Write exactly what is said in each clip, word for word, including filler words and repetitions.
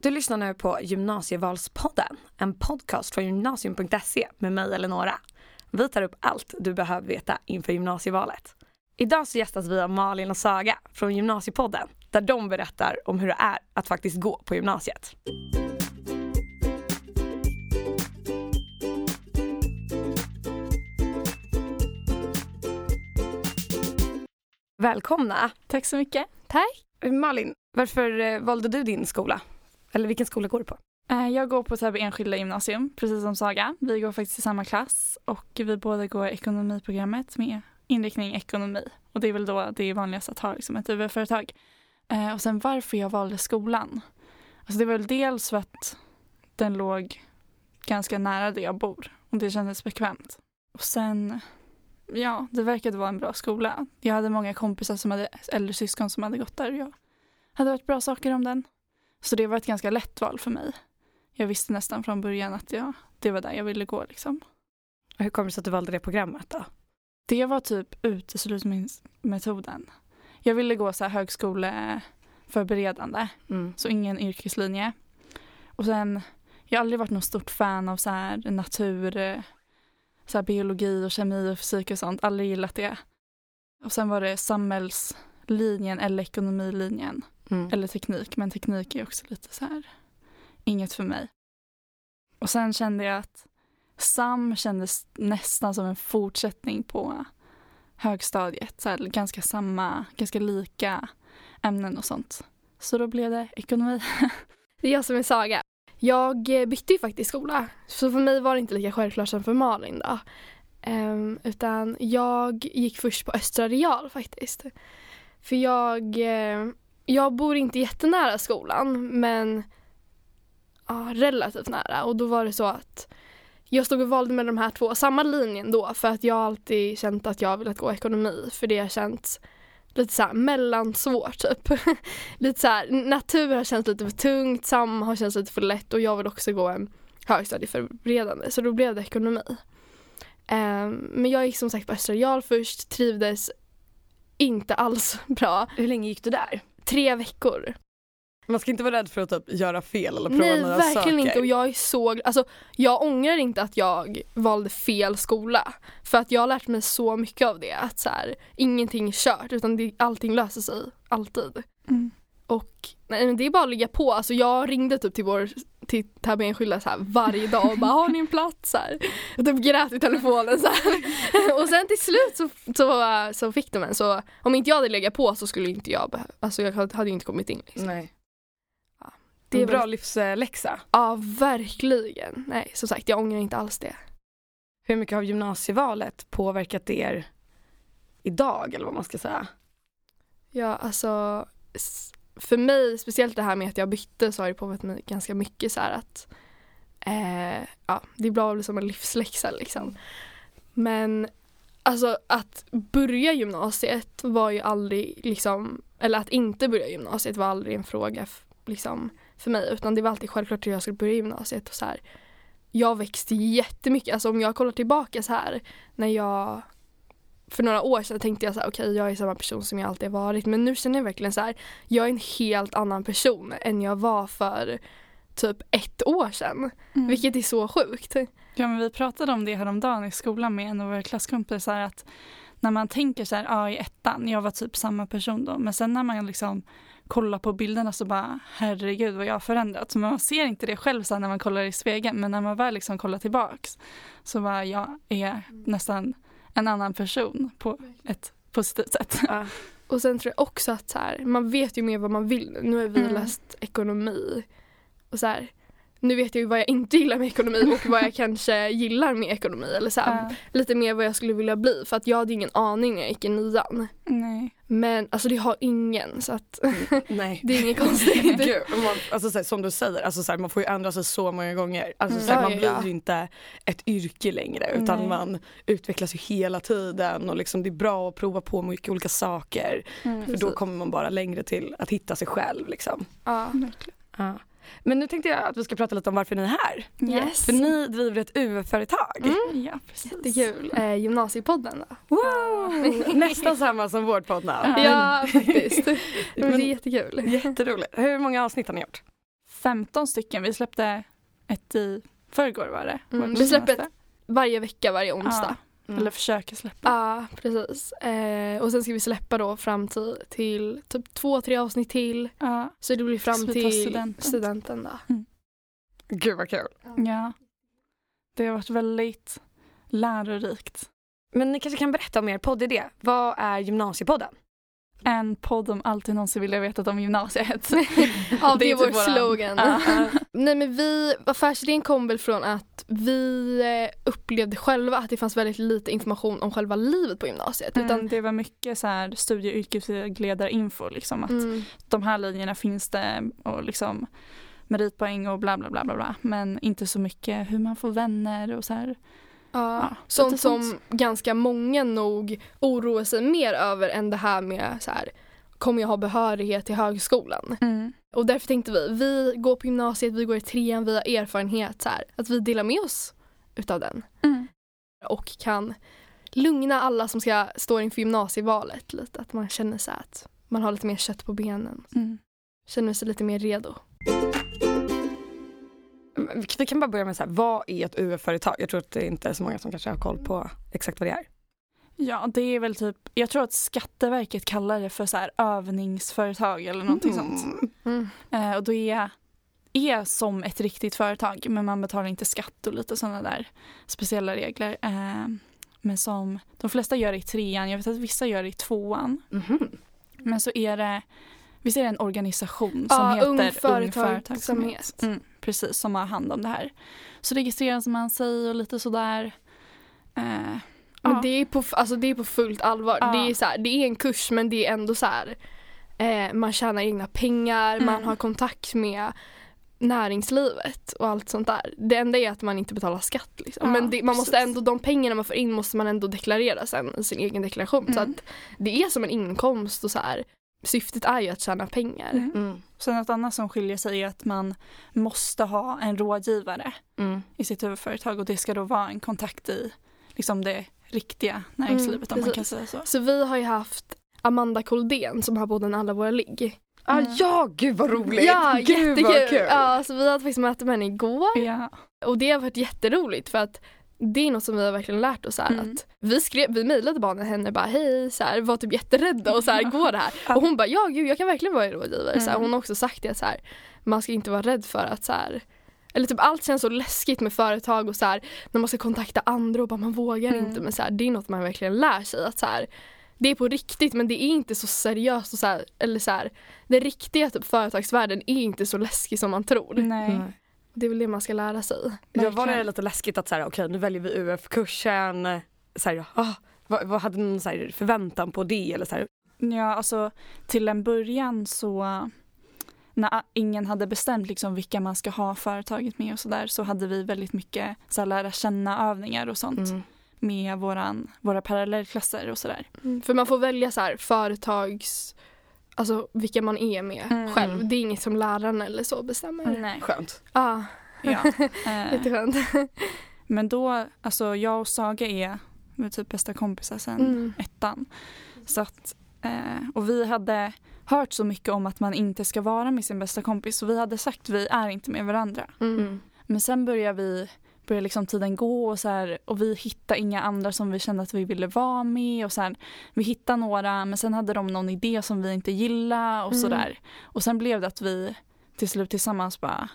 Du lyssnar nu på Gymnasievalspodden, en podcast från gymnasium punkt se med mig Eleonora. Vi tar upp allt du behöver veta inför gymnasievalet. Idag så gästas vi av Malin och Saga från Gymnasiepodden, där de berättar om hur det är att faktiskt gå på gymnasiet. Välkomna! Tack så mycket. Tack. Malin, varför eh, valde du din skola? Eller vilken skola går du på? Jag går på Täby enskilda gymnasium, precis som Saga. Vi går faktiskt i samma klass och vi båda går ekonomiprogrammet med inriktning ekonomi. Och det är väl då det är vanligast att ha liksom ett U V-företag. Och sen varför jag valde skolan. Alltså det var väl dels för att den låg ganska nära där jag bor och det kändes bekvämt. Och sen, ja, det verkade vara en bra skola. Jag hade många kompisar som hade äldre syskon som hade gått där och jag hade hört bra saker om den. Så det var ett ganska lätt val för mig. Jag visste nästan från början att jag, det var där jag ville gå. Liksom. Och hur kommer det sig att du valde det programmet då? Det var typ uteslutningsmetoden. Jag ville gå så här högskoleförberedande. Mm. Så ingen yrkeslinje. Och sen, jag har aldrig varit något stort fan av så här natur, så här biologi och kemi och fysik och sånt. Aldrig gillat det. Och sen var det samhällslinjen eller ekonomilinjen. Mm. Eller teknik, men teknik är också lite så här inget för mig. Och sen kände jag att SAM kändes nästan som en fortsättning på högstadiet. Så här, ganska samma, ganska lika ämnen och sånt. Så då blev det ekonomi. Det är jag som är Saga. Jag bytte ju faktiskt skola. Så för mig var det inte lika självklart som för Malin då. Um, utan jag gick först på Östra Real faktiskt. För jag... Uh, Jag bor inte jättenära skolan, men ja, relativt nära. Och då var det så att jag stod och valde med de här två, samma linjen då. För att jag alltid känt att jag ville gå ekonomi. För det har känts lite så här mellansvårt typ. Lite så här, natur har känts lite för tungt, sam har känts lite för lätt. Och jag vill också gå en högstadieförberedande. Så då blev det ekonomi. Um, men jag gick som sagt på Östra Real först, trivdes inte alls bra. Hur länge gick du där? Tre veckor. Man ska inte vara rädd för att typ göra fel eller prova Nej, nya saker. Nej, verkligen inte. Och jag är så... Alltså, jag ångrar inte att jag valde fel skola. För att jag har lärt mig så mycket av det. Att så här, ingenting är kört. Utan det, allting löser sig. Alltid. Mm. Och nej, men det är bara att ligga på. Alltså, jag ringde typ till vår... till Täby enskilda så här varje dag och bara, har ni en plats? Så här. Och typ grät i telefonen så här. Och sen till slut så, så, så fick de en. Så om inte jag hade legat på så skulle inte jag behöva. Alltså jag hade ju inte kommit in. Liksom. Nej. Ja. Det är en bra väl... livsläxa. Ja, verkligen. Nej, som sagt, jag ångrar inte alls det. Hur mycket har gymnasievalet påverkat er idag, eller vad man ska säga? Ja, alltså... För mig, speciellt det här med att jag bytte, så har det påverkat mig ganska mycket så här att eh, ja, det blev som en livsläxa liksom. Men alltså att börja gymnasiet var ju aldrig liksom, eller att inte börja gymnasiet var aldrig en fråga f- liksom för mig, utan det var alltid självklart att jag skulle börja gymnasiet och så här. Jag växte jättemycket, alltså om jag kollar tillbaka så här när jag för några år sedan tänkte jag så här, okej, okay, jag är samma person som jag alltid har varit. Men nu känner jag verkligen så här, jag är en helt annan person än jag var för typ ett år sedan. Mm. Vilket är så sjukt. Ja, men vi pratade om det häromdagen i skolan med en av våra klasskompisar, att när man tänker så här, ja, i ettan, jag var typ samma person då. Men sen när man liksom kollar på bilderna så bara, herregud vad jag har förändrats. Men man ser inte det själv sen när man kollar i spegeln. Men när man väl liksom kollar tillbaks så bara, jag är mm. nästan en annan person på ett positivt sätt. Ja. Och sen tror jag också att så här, man vet ju mer vad man vill. Nu har vi mm. läst ekonomi. Och så här, nu vet jag ju vad jag inte gillar med ekonomi och vad jag kanske gillar med ekonomi. Eller så här, ja. Lite mer vad jag skulle vilja bli. För att jag hade ingen aning när jag gick i nian. Nej. Men alltså det har ingen, så att Nej. det är inget konstigt. Gud, man, alltså, så här, som du säger, alltså, så här, man får ju ändra sig så många gånger. Alltså, så här, man blir ju inte ett yrke längre, utan Nej. man utvecklas ju hela tiden. Och liksom, det är bra att prova på mycket olika saker. Mm, för då kommer man bara längre till att hitta sig själv. Liksom. Ja, ja. Men nu tänkte jag att vi ska prata lite om varför ni är här. Yes. För ni driver ett U F-företag. Mm. Ja, precis. Jättekul. Eh, gymnasiepodden då. Wow. Nästan samma som vårt poddnamn. Ja, faktiskt. Men det är jättekul. Jätteroligt. Hur många avsnitt har ni gjort? femton stycken. Vi släppte ett i förrgår var det. Mm, Vårt vi släpper senaste. varje vecka, varje onsdag. Ja, eller försöker släppa. Ja, precis. Eh, och sen ska vi släppa då fram till, till typ två, tre avsnitt till. Ja. Så det blir fram Så vi tar till studenten. studenten då. Mm. Gud vad kul. Ja. Det har varit väldigt lärorikt. Men ni kanske kan berätta om er poddidé. Vad är Gymnasiepodden? En podd om allt jag någonsin vill jag veta om gymnasiet. Ja, det är typ vår våran- slogan. Ja. Nej, men vi, affärsidén kom väl från att vi eh, upplevde själva att det fanns väldigt lite information om själva livet på gymnasiet. Mm, Utan, det var mycket så här studie- och yrkesledarinfo. Liksom, att mm, de här linjerna finns det och liksom meritpoäng och bla bla bla bla bla. Men inte så mycket hur man får vänner och så här. ja, Ja, sånt lite som sånt. ganska många nog oroar sig mer över än det här med så här, kommer jag ha behörighet till högskolan? Mm. Och därför tänkte vi, vi går på gymnasiet, vi går i trean, vi har erfarenhet så här, att vi delar med oss utav den. Mm. Och kan lugna alla som ska stå inför gymnasievalet lite. Att man känner sig att man har lite mer kött på benen. Mm. Känner sig lite mer redo. Vi kan bara börja med så här, vad är ett U F-företag? Jag tror att det inte är så många som kanske har koll på exakt vad det är. Ja, det är väl typ, jag tror att Skatteverket kallar det för så här övningsföretag eller någonting sånt. Mm. Eh, och det är, är som ett riktigt företag, men man betalar inte skatt och lite sådana där speciella regler. Eh, men som de flesta gör i trean, jag vet att vissa gör i tvåan. Mm-hmm. Men så är det, visst är det en organisation Ja, som heter Ung Ung Företagsamhet. Företagsamhet. Mm, precis, som har hand om det här. Så registrerar man sig och lite sådär. Eh, Men ja. det är på, alltså det är på fullt allvar. Ja. Det, är så här, det är en kurs, men det är ändå så här. Eh, man tjänar egna pengar, Mm. man har kontakt med näringslivet och allt sånt där. Det enda är att man inte betalar skatt. Liksom. Ja, Men det, man måste precis. ändå, de pengarna man får in måste man ändå deklarera sen i sin egen deklaration. Så Mm. att det är som en inkomst och så här. Syftet är ju att tjäna pengar. Mm. Mm. Sen något annat som skiljer sig är att man måste ha en rådgivare Mm. i sitt huvudföretag och det ska då vara en kontakt i liksom det riktiga näringslivet Mm, om man kan precis. säga så. Så vi har ju haft Amanda Koldén som har podden Alla våra ligg. Ah, Mm. ja, gud vad roligt! Ja, Gud jättekul! vad kul! Ja, så vi hade faktiskt möte med henne igår. Ja. Och det har varit jätteroligt för att det är något som vi har verkligen lärt oss här, Mm. att vi skrev, vi mejlade bara henne bara hej, så här, var typ jätterädda och så här, går det här? Och hon bara ja gud jag kan verkligen vara er rådgivare. Så här, Mm. hon har också sagt det så här, man ska inte vara rädd för att så här, eller typ allt känns så läskigt med företag och så här, när man ska kontakta andra och bara man vågar Mm. inte, men så här, det är något man verkligen lär sig att så här, det är på riktigt men det är inte så seriöst och så här, eller så här, det riktiga typ företagsvärlden är inte så läskig som man tror. Nej. Mm. Det är väl det man ska lära sig. Ja, var det Verkligen. lite läskigt att så här, okej nu väljer vi U F-kursen. Så här, ah, vad, vad hade ni någon så här förväntan på det? Eller så här? Ja, alltså till en början så när ingen hade bestämt liksom vilka man ska ha företaget med och så där så hade vi väldigt mycket så här, lära känna övningar och sånt Mm. med våran, våra parallellklasser och sådär. Mm, för man får välja så här företags, alltså vilka man är med Mm. själv. Det är inget som läraren eller så bestämmer. Nej. Skönt. Ah, Ja. Eh, jätteskönt. men då, alltså jag och Saga är med typ bästa kompisar sen Mm. ettan. Så att, eh, och vi hade hört så mycket om att man inte ska vara med sin bästa kompis. Så vi hade sagt vi är inte med varandra. Mm. Mm. Men sen började vi började liksom tiden gå och så här, och vi hittade inga andra som vi kände att vi ville vara med och sen vi hittade några men sen hade de någon idé som vi inte gillade och Mm. så där. Och sen blev det att vi till slut tillsammans bara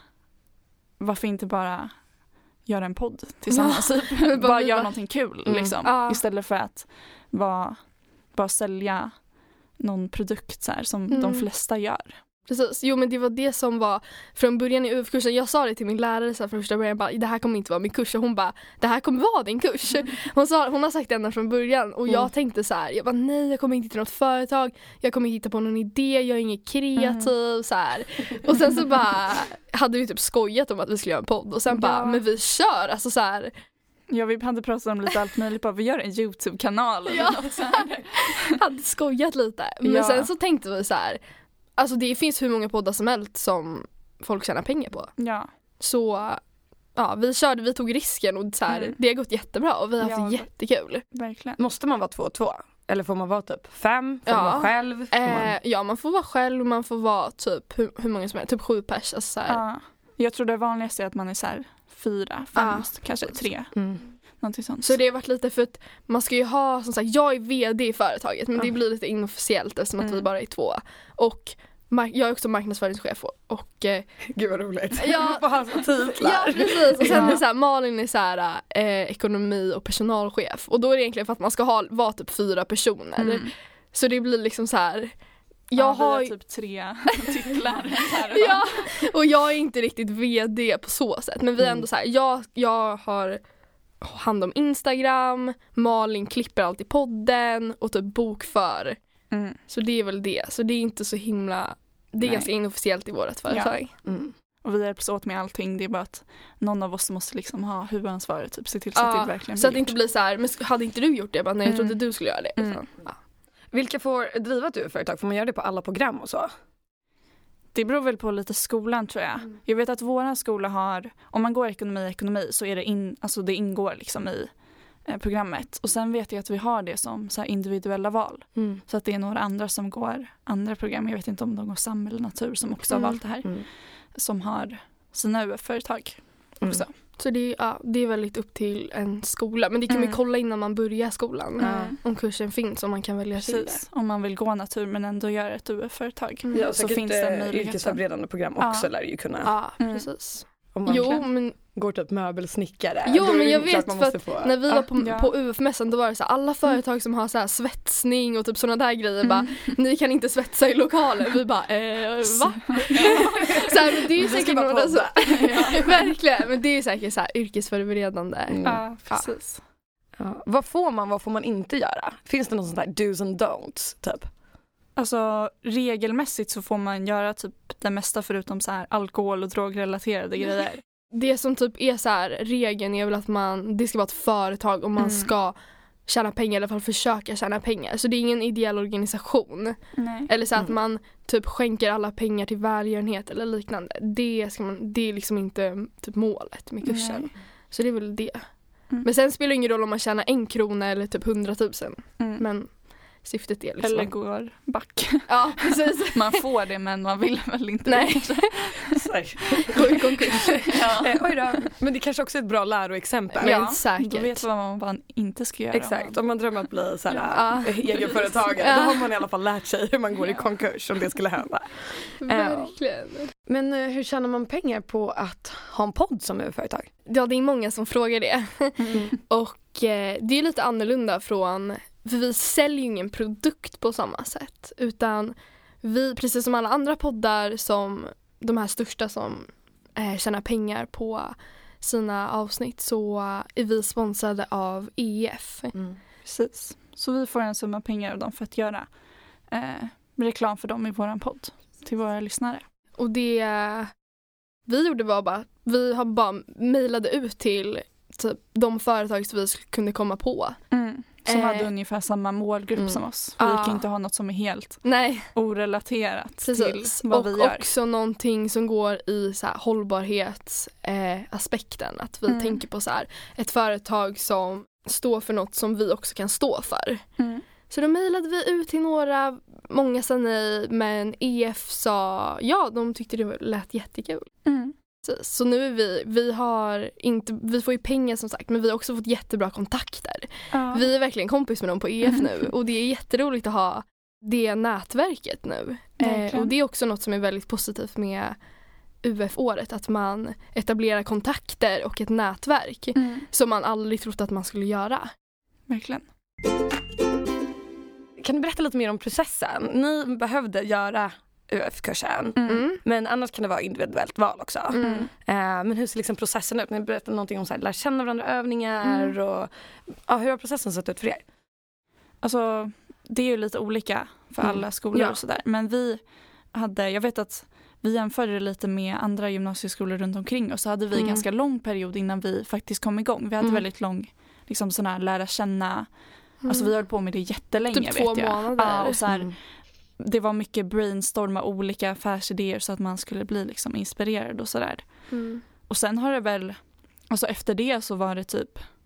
varför inte bara göra en podd tillsammans typ. Bara bara vi göra bara- någonting kul Mm. liksom Ja. istället för att bara, bara sälja någon produkt så här, som Mm. de flesta gör. Precis. Jo men det var det som var från början i U F-kursen. Jag sa det till min lärare så här, från första början bara, det här kommer inte vara min kurs och hon bara, det här kommer vara din kurs. Hon, sa, hon har sagt det ända från början och jag Mm. tänkte så här, jag bara nej jag kommer inte till något företag, jag kommer hitta på någon idé, jag är inget kreativ så här. Och sen så bara hade vi typ skojat om att vi skulle göra en podd och sen bara, Ja. men vi kör alltså så här. Ja, vi hade pratat om lite allt möjligt, bara vi gör en YouTube-kanal eller Ja. något så här. hade skojat lite. Men Ja. sen så tänkte vi så här, alltså det finns hur många poddar som helst som folk tjänar pengar på. Ja. Så ja, vi körde, vi tog risken och så här, Mm. det har gått jättebra och vi har haft Ja. jättekul. Verkligen. Måste man vara två och två? Eller får man vara typ fem? Får Ja. man vara själv? Får man... Eh, ja, man får vara själv, man får vara typ hur, hur många som helst, typ sju pers. Alltså, så här. Ja. Jag tror det vanligaste är att man är så här fyra, fem, Ja. kanske tre. Mm. Någonting sånt. Så det har varit lite för att man ska ju ha, som sagt, jag är vd i företaget men Ja. det blir lite inofficiellt eftersom att Mm. vi bara är två. Och mark- jag är också marknadföringschef och, och eh, Gud vad roligt. Ja. På hans titlar. ja precis och sen Ja. är det så här, Malin är så här, eh, ekonomi och personalchef och då är det egentligen för att man ska ha, vara typ fyra personer. Mm. Så det blir liksom så här. Jag Ja, vi har har ju- typ tre titlar. Så här, Ja, och jag är inte riktigt vd på så sätt. Men vi är Mm. ändå så här, jag, jag har hand om Instagram, Malin klipper alltid podden och typ bokför. Mm. Så det är väl det. Så det är inte så himla, det är Nej. ganska inofficiellt i vårt företag. Mm. Och vi hjälps åt med allting. Det är bara att någon av oss måste liksom ha huvudansvaret. Typ, se till så att Ja, det verkligen så att det blir inte gjort. blir så här, men hade inte du gjort det? Jag bara, nej, jag Mm. trodde du skulle göra det. Mm. Så, ja. Vilka får driva ett U F-företag? Får man göra det på alla program och så? Det beror väl på lite skolan tror jag. Mm. Jag vet att våran skola har, om man går ekonomi ekonomi så är det in, alltså det ingår liksom i eh, programmet. Och sen vet jag att vi har det som så här individuella val. Mm. Så att det är några andra som går andra program. Jag vet inte om de går sam eller natur som också Mm. har valt det här. Mm. Som har sina U F-företag också. Mm. Så det, är- ja, det är väldigt upp till en skola. Men det kan man ju Mm. kolla innan man börjar skolan. Mm. Om kursen finns och man kan välja till det. Precis, om man vill gå natur men ändå göra ett U F-företag. Mm. Ja, Så så finns finns det det möjligheten. yrkesförberedande program Ja. också lär det ju kunna. Ja, Mm. precis. Om man Jo, men går typ möbelsnickare. Jo, då är men det jag klart vet man för måste att få... när vi Ja. var på, Ja. på U F-mässan då var det så här, alla företag som har så här svetsning och typ sådana där grejer bara, ni kan inte svetsa i lokalen. Vi bara, eh, va? så här, men det är ju Vi ska säkert bara några så, podda. verkligen, men det är säkert så här yrkesförberedande. Mm. Ja, precis. Ja. Vad får man, vad får man inte göra? Finns det någon sån här do's and don'ts typ? Alltså regelmässigt så får man göra typ det mesta förutom så här alkohol och drogrelaterade grejer. Det som typ är så här, regeln är väl att man, det ska vara ett företag och man Mm. ska tjäna pengar, i alla fall försöka tjäna pengar. Så det är ingen ideell organisation. Nej. Eller så att Mm. man typ skänker alla pengar till välgörenhet eller liknande. Det, ska man, det är liksom inte typ målet med kursen. Nej. Så det är väl det. Mm. Men sen spelar det ingen roll om man tjänar en krona eller typ hundratusen. Mm. Men syftet är liksom... Eller går back. Ja, precis. Man får det men man vill väl inte Nej. det. Gå i konkurs. Ja. Eh, oj då. Men det kanske också är ett bra läroexempel. Men Ja, säkert. Då vet man vad man inte ska göra. Exakt, om man drömmer att bli såhär, Ja. äh, egenföretagare Ja. då har man i alla fall lärt sig hur man går i konkurs om det skulle hända. Verkligen. Men eh, hur tjänar man pengar på att ha en podd som U F-företag? Ja, det är många som frågar det. Mm. Och eh, det är lite annorlunda från, för vi säljer ju ingen produkt på samma sätt. Utan vi, precis som alla andra poddar som de här största som eh, tjänar pengar på sina avsnitt, så är vi sponsrade av E F. Precis. Så vi får en summa pengar av dem för att göra eh, reklam för dem i våran podd till våra lyssnare. Och det vi gjorde var bara, vi har bara mejlade ut till typ, de företag som vi kunde komma på. Mm. Som Eh. hade ungefär samma målgrupp Mm. som oss. Vi Ja. kan inte ha något som är helt Nej, orelaterat precis. till vad Och vi gör. också någonting som går i så här, hållbarhetsaspekten. Eh, aspekten. Att vi Mm. tänker på så här, ett företag som står för något som vi också kan stå för. Mm. Så då mejlade vi ut till några, många sa nej, men E F sa ja, de tyckte det lät jättekul. Mm. Så, så nu är vi, vi har inte, vi får ju pengar som sagt, men vi har också fått jättebra kontakter. Ja. Vi är verkligen kompis med dem på E F nu och det är jätteroligt att ha det nätverket nu. Eh, Verkligen. och det är också något som är väldigt positivt med U F-året, att man etablerar kontakter och ett nätverk Mm. som man aldrig trott att man skulle göra. Verkligen. Kan du berätta lite mer om processen? Ni behövde göra U F-kursen, Mm. Mm. men annars kan det vara individuellt val också. Mm. Eh, men hur ser liksom processen ut? Ni berättade någonting om så här, lära känna varandra övningar Mm. och ja, hur har processen sett ut för er? Alltså, det är ju lite olika för Mm. alla skolor Ja. och sådär. Men vi hade, jag vet att vi jämförde det lite med andra gymnasieskolor runt omkring och så hade vi Mm. en ganska lång period innan vi faktiskt kom igång. Vi hade Mm. väldigt lång, liksom sån här lära känna. Mm. Alltså vi höll på med det jättelänge, Typ två vet jag. månader. Ja, och så här, Mm. det var mycket brainstorma olika affärsidéer så att man skulle bli liksom inspirerad och sådär. Mm. Och sen har det väl, alltså efter det så var det typ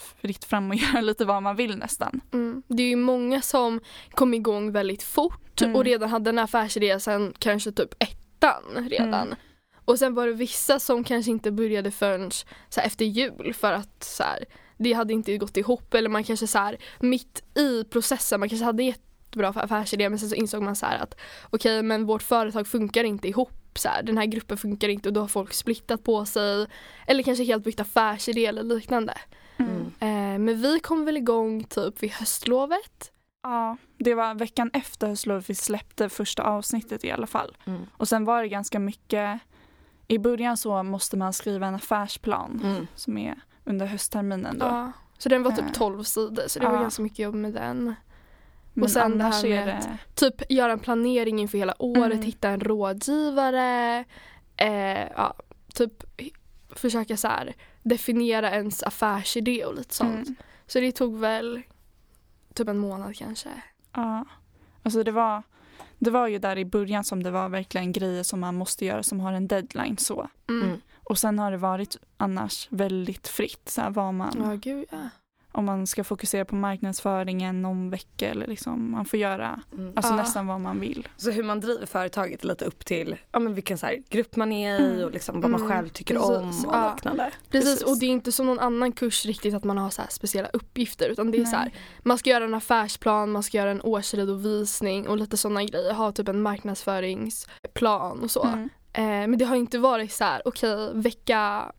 fritt fram och göra lite vad man vill nästan. Mm. Det är ju många som kom igång väldigt fort Mm. och redan hade en affärsidé sen kanske typ ettan redan. Mm. Och sen var det vissa som kanske inte började förrän så här, efter jul för att så här, det hade inte gått ihop, eller man kanske så här, mitt i processen, man kanske hade jättebra affärsidé men sen så insåg man så här att okej, okay, men vårt företag funkar inte ihop, så här, den här gruppen funkar inte och då har folk splittat på sig eller kanske helt bytt affärsidé eller liknande. Mm. Eh, men vi kom väl igång typ vid höstlovet. Ja, det var veckan efter höstlovet vi släppte första avsnittet i alla fall. Mm. Och sen var det ganska mycket, i början så måste man skriva en affärsplan Mm. som är under höstterminen då. Ja. Så den var typ Eh. tolv sidor, så det Ja. var ganska mycket jobb med den. Men och sen det annars här är med det... Typ göra en planering inför hela året, Mm. hitta en rådgivare, eh, ja, typ försöka så här definiera ens affärsidé och lite sånt. Mm. Så det tog väl typ en månad kanske. Ja, alltså det var, det var ju där i början som det var verkligen grejer som man måste göra som har en deadline så. Mm. Mm. Och sen har det varit annars väldigt fritt så här, vad man, Ja, gud ja. om man ska fokusera på marknadsföringen någon vecka eller liksom, man får göra Mm. alltså Ja. nästan vad man vill. Så hur man driver företaget är lite upp till ja, men vilken så här, grupp man är i Mm. och liksom, vad man Mm. själv tycker Precis. om och Ja. liknande. Precis, och det är inte som någon annan kurs riktigt att man har så här speciella uppgifter, utan det är Nej. så här, man ska göra en affärsplan, man ska göra en årsredovisning och lite sådana grejer, ha typ en marknadsföringsplan och så. Mm. Eh, men det har inte varit så här, okej, okay, vecka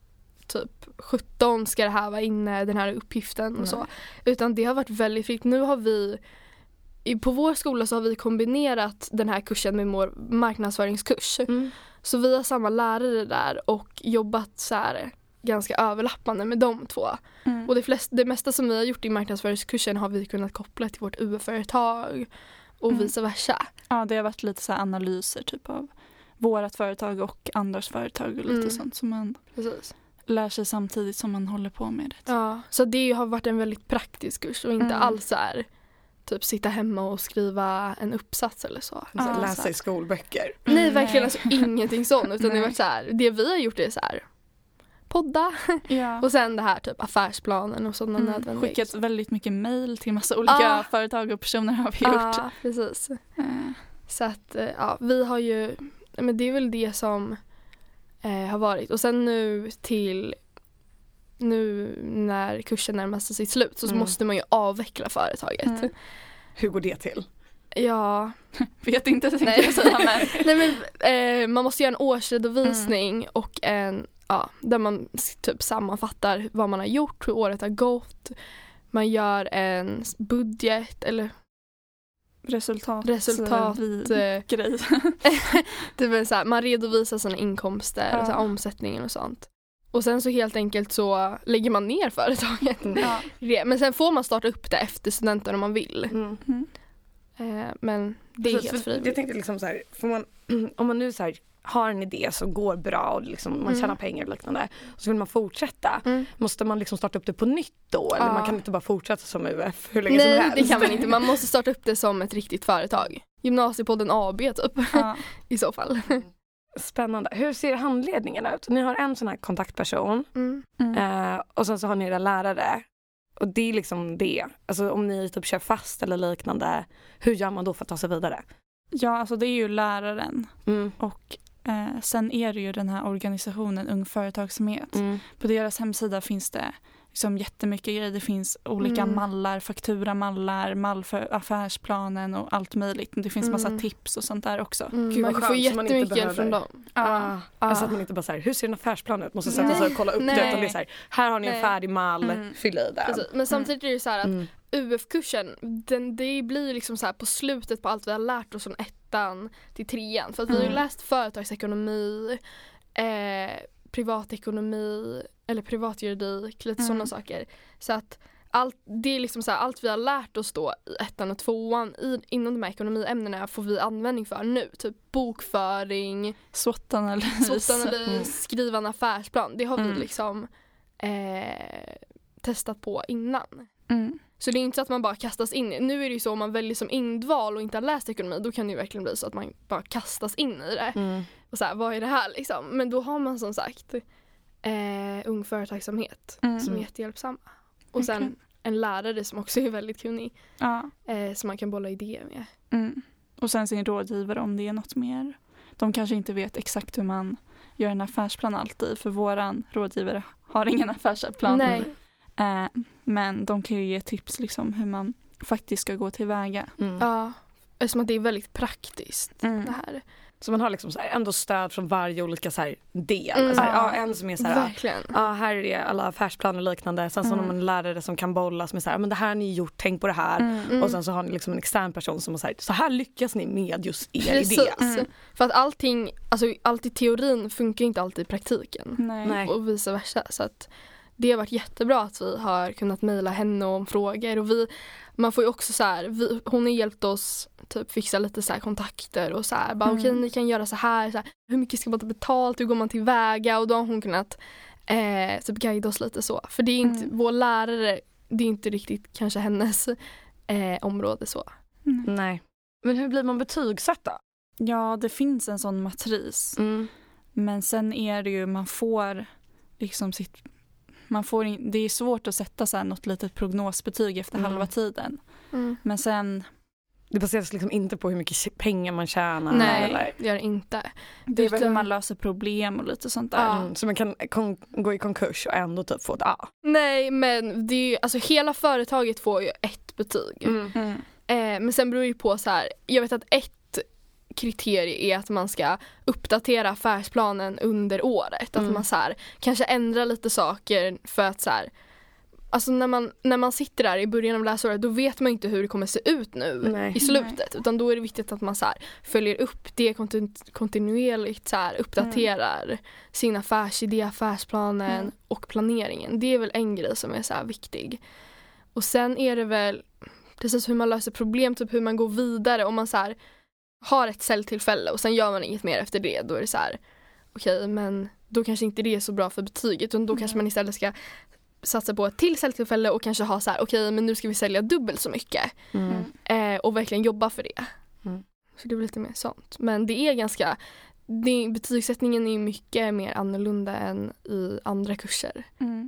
typ sjutton ska det här vara inne, den här uppgiften och Nej. så. Utan det har varit väldigt fritt. Nu har vi, i- på vår skola så har vi kombinerat den här kursen med vår marknadsföringskurs. Mm. Så vi har samma lärare där och jobbat så här ganska överlappande med de två. Mm. Och det, flest, det mesta som vi har gjort i marknadsföringskursen har vi kunnat koppla till vårt U F-företag och Mm. vice versa. Ja, det har varit lite så här analyser typ av vårat företag och andras företag och lite Mm. sånt som man Precis. lär sig samtidigt som man håller på med det. Ja, så det har varit en väldigt praktisk kurs och inte Mm. alls så här typ sitta hemma och skriva en uppsats eller så. Så Ja, läsa i skolböcker. Nej, Mm, verkligen nej. alltså ingenting sånt, utan det har Nej. varit så här, det vi har gjort är så här podda Ja. och sen det här typ affärsplanen och sådana Mm. nödvändiga. Skickat väldigt mycket mejl till massa olika Ja. företag och personer har vi gjort. Ja, precis. Eh, Så att eh, ja, vi har ju, men det är väl det som eh, har varit. Och sen nu till, nu när kursen närmar sig sitt slut så Mm. måste man ju avveckla företaget. Mm. Hur går det till? Ja, Vet inte, tänkte Nej. jag säga. Men... nej men eh, man måste göra en årsredovisning och en, ja, där man s- typ sammanfattar vad man har gjort, hur året har gått. Man gör en budget eller Resultat. resultat. Vi, eh, grej. Det är så här, man redovisar sina inkomster, Ja. och så här, omsättningen och sånt. Och sen så helt enkelt så lägger man ner företaget. Ja. Det- Men sen får man starta upp det efter studenten om man vill. Mm. Mm. Eh, men det är Så- helt för Jag frivilligt. tänkte liksom så här, får man, om man nu så här, har en idé som går bra och liksom, man Mm. tjänar pengar och liknande och så vill man fortsätta. Mm. Måste man liksom starta upp det på nytt då? Eller Ja. man kan inte bara fortsätta som U F hur länge som Nej, helst? det kan man inte. Man måste starta upp det som ett riktigt företag. Gymnasiepodden A B typ, Ja. i så fall. Spännande. Hur ser handledningen ut? Ni har en sån här kontaktperson Mm. Mm. eh, och sen så har ni era lärare. Och det är liksom det. Alltså om ni typ kör fast eller liknande, hur gör man då för att ta sig vidare? ja, alltså det är ju läraren. Mm. Och eh, sen är det ju den här organisationen Ung Företagsamhet. Mm. På deras hemsida finns det liksom jättemycket grejer. Det finns olika Mm. mallar, fakturamallar, mall för affärsplanen och allt möjligt. Det finns massa Mm. tips och sånt där också. Mm. Gud, vad Man får skönt, så man inte jättemycket hjälp från behöver- dem. Ah, Ah. Alltså att man inte bara så här, hur ser en affärsplan ut? Måste sätta Nej. sig och kolla upp Nej. det. Utan det är så här, här har ni en Nej. färdig mall, Mm. fyll i den. Precis. Men samtidigt är det ju så här att Mm. U F-kursen, den, det blir liksom så här på slutet på allt vi har lärt oss från ettan till trean. För att vi har ju Mm. läst företagsekonomi, eh, privatekonomi eller privatjuridik, lite Mm. sådana saker. Så att allt, det är liksom så här, allt vi har lärt oss då i ettan och tvåan i, inom de här ekonomiämnena får vi användning för nu. Typ bokföring, SWOT-analys. SWOT-analys, Mm. skriva en affärsplan. Det har vi Mm. liksom eh, testat på innan. Mm. Så det är inte så att man bara kastas in i. Nu är det ju så om man väljer som indval och inte har läst ekonomi, då kan det ju verkligen bli så att man bara kastas in i det. Mm. Och så här, vad är det här liksom? Men då har man som sagt eh, ung företagsamhet Mm. som är jättehjälpsamma. Och sen Okay. en lärare som också är väldigt kunnig. Ja. Eh, som man kan bolla idéer med. Mm. Och sen sin rådgivare om det är något mer. De kanske inte vet exakt hur man gör en affärsplan alltid. För våran rådgivare har ingen affärsplan. Nej. Eh, men de kan ju ge tips liksom hur man faktiskt ska gå tillväga. Mm. Ja. Eftersom att det är väldigt praktiskt Mm. det här. Så man har liksom så här ändå stöd från varje olika så här del. Mm. Så här, ja, en som är så här, Verkligen. ja, här är alla affärsplaner och liknande. Sen så har Mm. man en lärare som kan bolla som är så här, men det här har ni gjort, tänk på det här. Mm. Mm. Och sen så har ni liksom en extern person som säger, så här lyckas ni med just er Precis. idé. Mm. För att allting, alltså allt i teorin funkar inte alltid i praktiken. Nej. Nej. Och vice versa. Så att det har varit jättebra att vi har kunnat mejla henne om frågor. Och vi, man får ju också så här, vi, hon har hjälpt oss typ fixa lite så här kontakter och så här. Bara Mm. okej, ni kan göra så här, så här. Hur mycket ska man ta betalt? Hur går man tillväga? Och då har hon kunnat eh, typ guida oss lite så. För det är inte, Mm. vår lärare, det är inte riktigt kanske hennes eh, område så. Mm. Nej. Men hur blir man betygsatt då? Ja, det finns en sån matris. Mm. Men sen är det ju, man får liksom sitt... Man får in, det är svårt att sätta så här något litet prognosbetyg efter Mm. halva tiden. Mm. Men sen, Det baseras liksom inte på hur mycket pengar man tjänar. Nej, Eller, det gör det inte. det är väl hur Utan- man löser problem och lite sånt där. Ja. mm, så man kan kon- gå i konkurs och ändå typ få ett A. Nej, men det är ju, alltså hela företaget får ju ett betyg. Mm. Mm. Eh, men sen beror det ju på så här, jag vet att ett kriterie är att man ska uppdatera affärsplanen under året. Mm. Att man så här, kanske ändrar lite saker för att så här, alltså när man, när man sitter där i början av läsåret då vet man inte hur det kommer se ut nu Nej. i slutet. Utan då är det viktigt att man så här, följer upp det kontinu- kontinuerligt, så här, uppdaterar Mm. sin affärsidé, affärsplanen Mm. och planeringen. Det är väl en grej som är så här viktig. Och sen är det väl precis hur man löser problem, typ hur man går vidare. Om man så här, har ett säljtillfälle och sen gör man inget mer efter det, då är det så här, okej, okay, men då kanske inte det är så bra för betyget. Utan då Mm. kanske man istället ska satsa på ett till säljtillfälle och kanske ha så här, okej, okay, men nu ska vi sälja dubbelt så mycket. Mm. Eh, och verkligen jobba för det. Mm. Så det blir lite mer sånt. Men det är ganska, det, betygssättningen är mycket mer annorlunda än i andra kurser. Mm.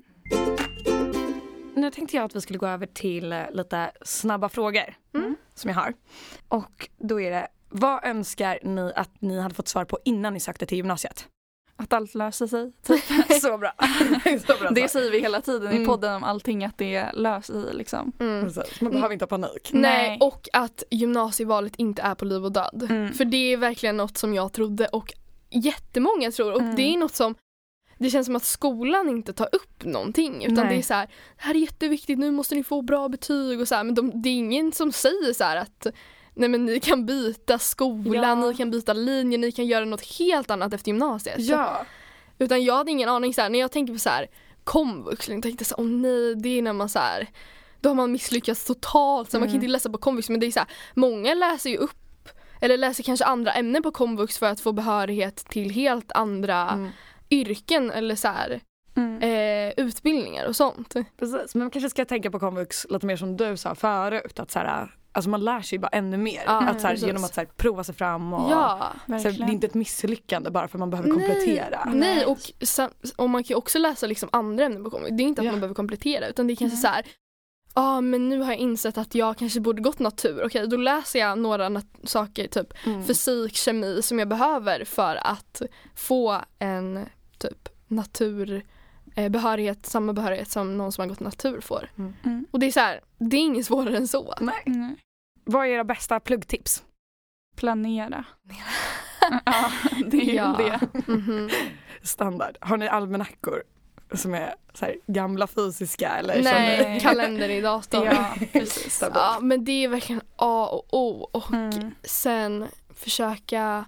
Nu tänkte jag att vi skulle gå över till eh, lite snabba frågor Mm. som jag har. Och då är det, vad önskar ni att ni hade fått svar på innan ni sökte till gymnasiet? Att allt löser sig. Typ. Så bra. Så bra Det svar. säger vi hela tiden i Mm. podden om allting, att det löser sig liksom. Mm. Precis. Man behöver inte ha panik. Nej, Nej. och att gymnasievalet inte är på liv och död. Mm. För det är verkligen något som jag trodde och jättemånga tror. Och Mm. det är något som, det känns som att skolan inte tar upp någonting. Utan Nej. det är så här, det här är jätteviktigt, nu måste ni få bra betyg och så här. Men de, det är ingen som säger så här att nej, men ni kan byta skola, Ja. ni kan byta linje, ni kan göra något helt annat efter gymnasiet. Ja. Utan jag hade ingen aning så här, när jag tänker på så här komvux, jag tänkte så här, åh nej, det är när man så här, då har man misslyckats totalt, så man kan Mm. inte läsa på komvux, men det är så här, många läser ju upp eller läser kanske andra ämnen på komvux för att få behörighet till helt andra Mm. yrken eller så här, Mm. eh, utbildningar och sånt. Precis. Men man kanske ska tänka på komvux lite mer som du sa förut. Att så här, alltså man lär sig ju bara ännu mer. Ja, att så här, precis. genom att så här, prova sig fram. Och, Ja, så här, det Verkligen. är inte ett misslyckande bara för man behöver Nej. komplettera. nej, och, sam- och man kan ju också läsa liksom andra ämnen på komvux. Det är inte att Ja. man behöver komplettera, utan det är kanske Nej. så här, ja ah, men nu har jag insett att jag kanske borde gått natur. Okej, då läser jag några nat- saker, typ Mm. fysik, kemi som jag behöver för att få en typ natur eh, behörighet, samma behörighet som någon som har gått natur får. Mm. Och det är så här, det är inget svårare än så. Nej. Nej. Vad är era bästa pluggtips? Planera. Ja, det är Ja. ju det. Mhm. Standard. Har ni almanackor som är så här, gamla fysiska? Eller Nej, som ni... kalender i datorn. Ja, precis. Standard. Ja, men det är verkligen A och O. Och Mm. sen försöka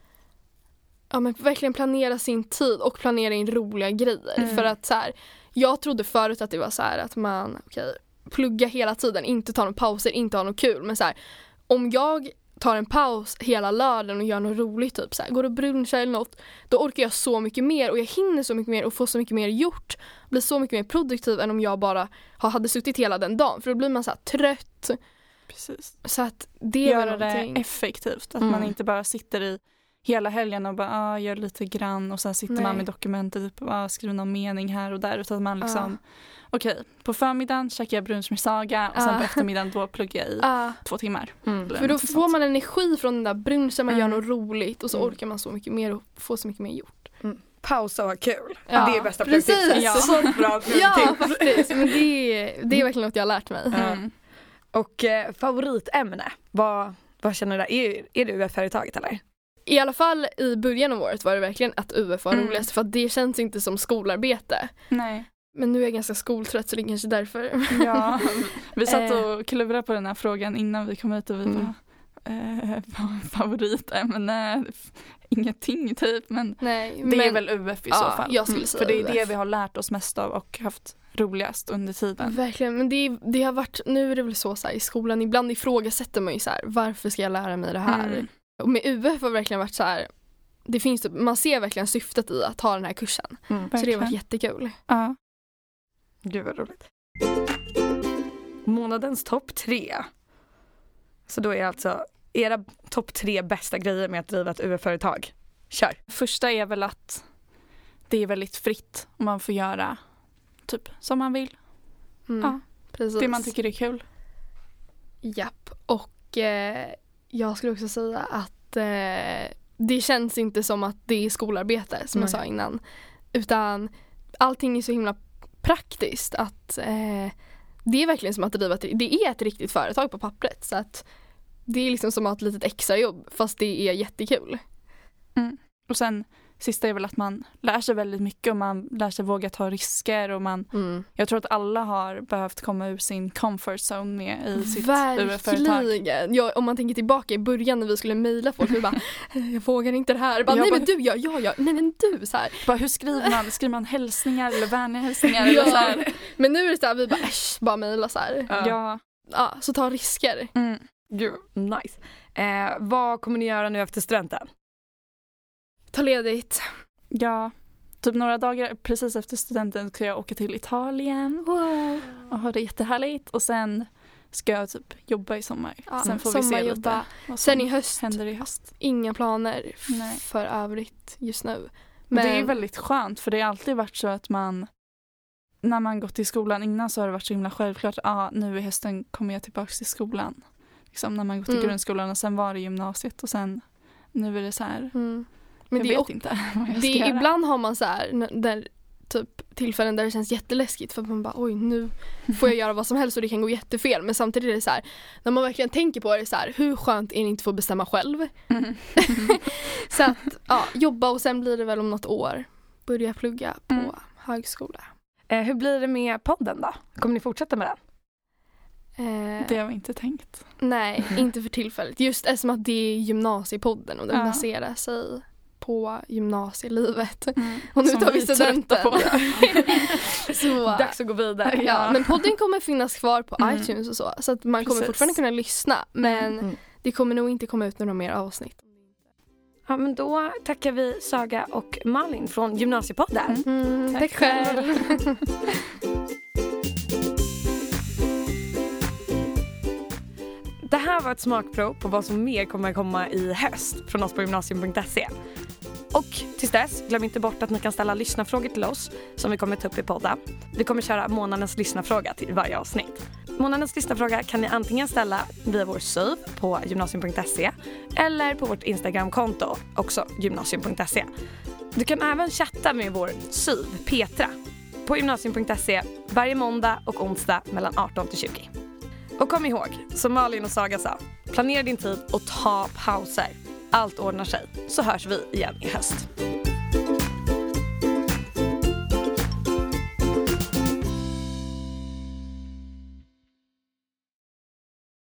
ja, men verkligen planera sin tid och planera in roliga grejer. Mm. För att så här, jag trodde förut att det var så här att man okej, plugga hela tiden, inte ta några pauser, inte ha något kul. Men så här, om jag tar en paus hela lördagen och gör något roligt, typ så här, går och brunchar eller något, då orkar jag så mycket mer och jag hinner så mycket mer och får så mycket mer gjort, blir så mycket mer produktiv än om jag bara hade suttit hela den dagen. För då blir man så här trött. Precis. Så att det är väl Göra det någonting. effektivt. Att Mm. man inte bara sitter i hela helgen och bara ah, gör lite grann och sen sitter Nej. man med dokumentet typ, och ah, skriver någon mening här och där. Utan man liksom, ah. okej, okay, på förmiddagen käkar jag brunch med Saga och sen ah. på eftermiddagen då pluggar jag i ah. två timmar. Mm. För då får sånt. man energi från den där brunchen, man mm. gör något roligt och så mm. orkar man så mycket mer och får så mycket mer gjort. Mm. Pausa och ha kul. Ja. Det är bästa precis. Ja. Så bra ja, faktiskt. Men det är, det är verkligen något jag har lärt mig. Mm. Och eh, favoritämne, vad, vad känner du där? Är, är det U F-företaget eller? I alla fall i början av året var det verkligen att U F var mm. roligast för att det känns inte som skolarbete. Nej. Men nu är jag ganska skoltrött så det är kanske därför. Ja, vi satt och klurade på den här frågan innan vi kom ut och vi mm. bara eh, favoritämne, ingenting typ. Men Nej, det men, är väl U F i ja, så fall. Jag skulle säga för det är U F. det vi har lärt oss mest av och haft roligast under tiden. Verkligen, men det, det har varit, nu är det väl så, så här, i skolan, ibland ifrågasätter man ju så här, varför ska jag lära mig det här? Mm. Och med U F har verkligen varit så här, det finns, man ser verkligen syftet i att ta den här kursen. Mm, så det har varit jättekul. Ja. Gud vad roligt. Månadens topp tre. Så då är alltså era topp tre bästa grejer med att driva ett U F-företag. Kör. Första är väl att det är väldigt fritt och man får göra typ som man vill. Mm, ja. Precis. Det man tycker är kul. Japp. Och eh, jag skulle också säga att eh, det känns inte som att det är skolarbete som Nej. jag sa innan. Utan allting är så himla praktiskt att eh, det är verkligen som att driva ett, det är ett riktigt företag på pappret. Så att det är liksom som att ha ett litet extra jobb fast det är jättekul. Mm. Och sen sista är väl att man lär sig väldigt mycket och man lär sig våga ta risker och man, mm. jag tror att alla har behövt komma ur sin comfort zone med i sitt U F-företag. Verkligen. Ja, om man tänker tillbaka i början när vi skulle mejla folk vi bara, jag vågar inte det här. Bara, nej bara, men du, ja, ja, ja, nej men du så här. Bara, hur skriver man? Skriver man hälsningar eller vänliga hälsningar? Eller ja. så här? Men nu är det så här, vi bara, äsch, bara mejla så här. Ja. ja. Ja, så ta risker. Mm. Gud, nice. Eh, vad kommer ni göra nu efter studenten? Ta ledigt. Ja, typ några dagar precis efter studenten ska jag åka till Italien. Wow. Och ha det jättehärligt. Och sen ska jag typ jobba i sommar. Ja, sen får vi se lite vad som sen i höst. händer i höst. Inga planer Nej. för övrigt just nu. Men det är väldigt skönt för det har alltid varit så att man när man gått i skolan innan så har det varit så himla självklart att ah, nu i hösten kommer jag tillbaka till skolan. Liksom när man gått mm. i grundskolan och sen var det gymnasiet och sen nu är det så här. Mm. Men jag det vet är, inte vad jag det ska är, göra. Ibland har man så här där, typ, tillfällen där det känns jätteläskigt för att man bara oj nu får jag göra vad som helst och det kan gå jättefel. Men samtidigt är det så här, när man verkligen tänker på det så här, hur skönt är det inte att få bestämma själv? Mm. Så att ja, jobba och sen blir det väl om något år börja plugga på mm. högskola. Eh, hur blir det med podden då? Kommer ni fortsätta med den? Eh, det har vi inte tänkt. Nej, inte för tillfället. Just eftersom att det är gymnasiepodden och den ja. baserar sig på gymnasielivet. Mm. Och nu som tar vi studenten. På. Så dags att gå vidare. Ja, men podden kommer finnas kvar på mm. iTunes och så. Så att man kommer Precis. fortfarande kunna lyssna. Men mm. det kommer nog inte komma ut några mer avsnitt. Ja, men då tackar vi Saga och Malin från Gymnasiepodden. Mm, tack, tack själv. Det här var ett smakprov på vad som mer kommer komma i höst från oss på gymnasium punkt se. Och tills dess, glöm inte bort att ni kan ställa lyssnarfrågor till oss som vi kommer ta upp i podden. Vi kommer köra månadens lyssnarfråga till varje avsnitt. Månadens lyssnarfråga kan ni antingen ställa via vår S Y V på gymnasium punkt se eller på vårt Instagramkonto, också gymnasium punkt se. Du kan även chatta med vår S Y V, Petra, på gymnasium punkt se varje måndag och onsdag mellan arton till tjugo. Och kom ihåg, som Malin och Saga sa, planera din tid och ta pauser. Allt ordnar sig, så hörs vi igen i höst.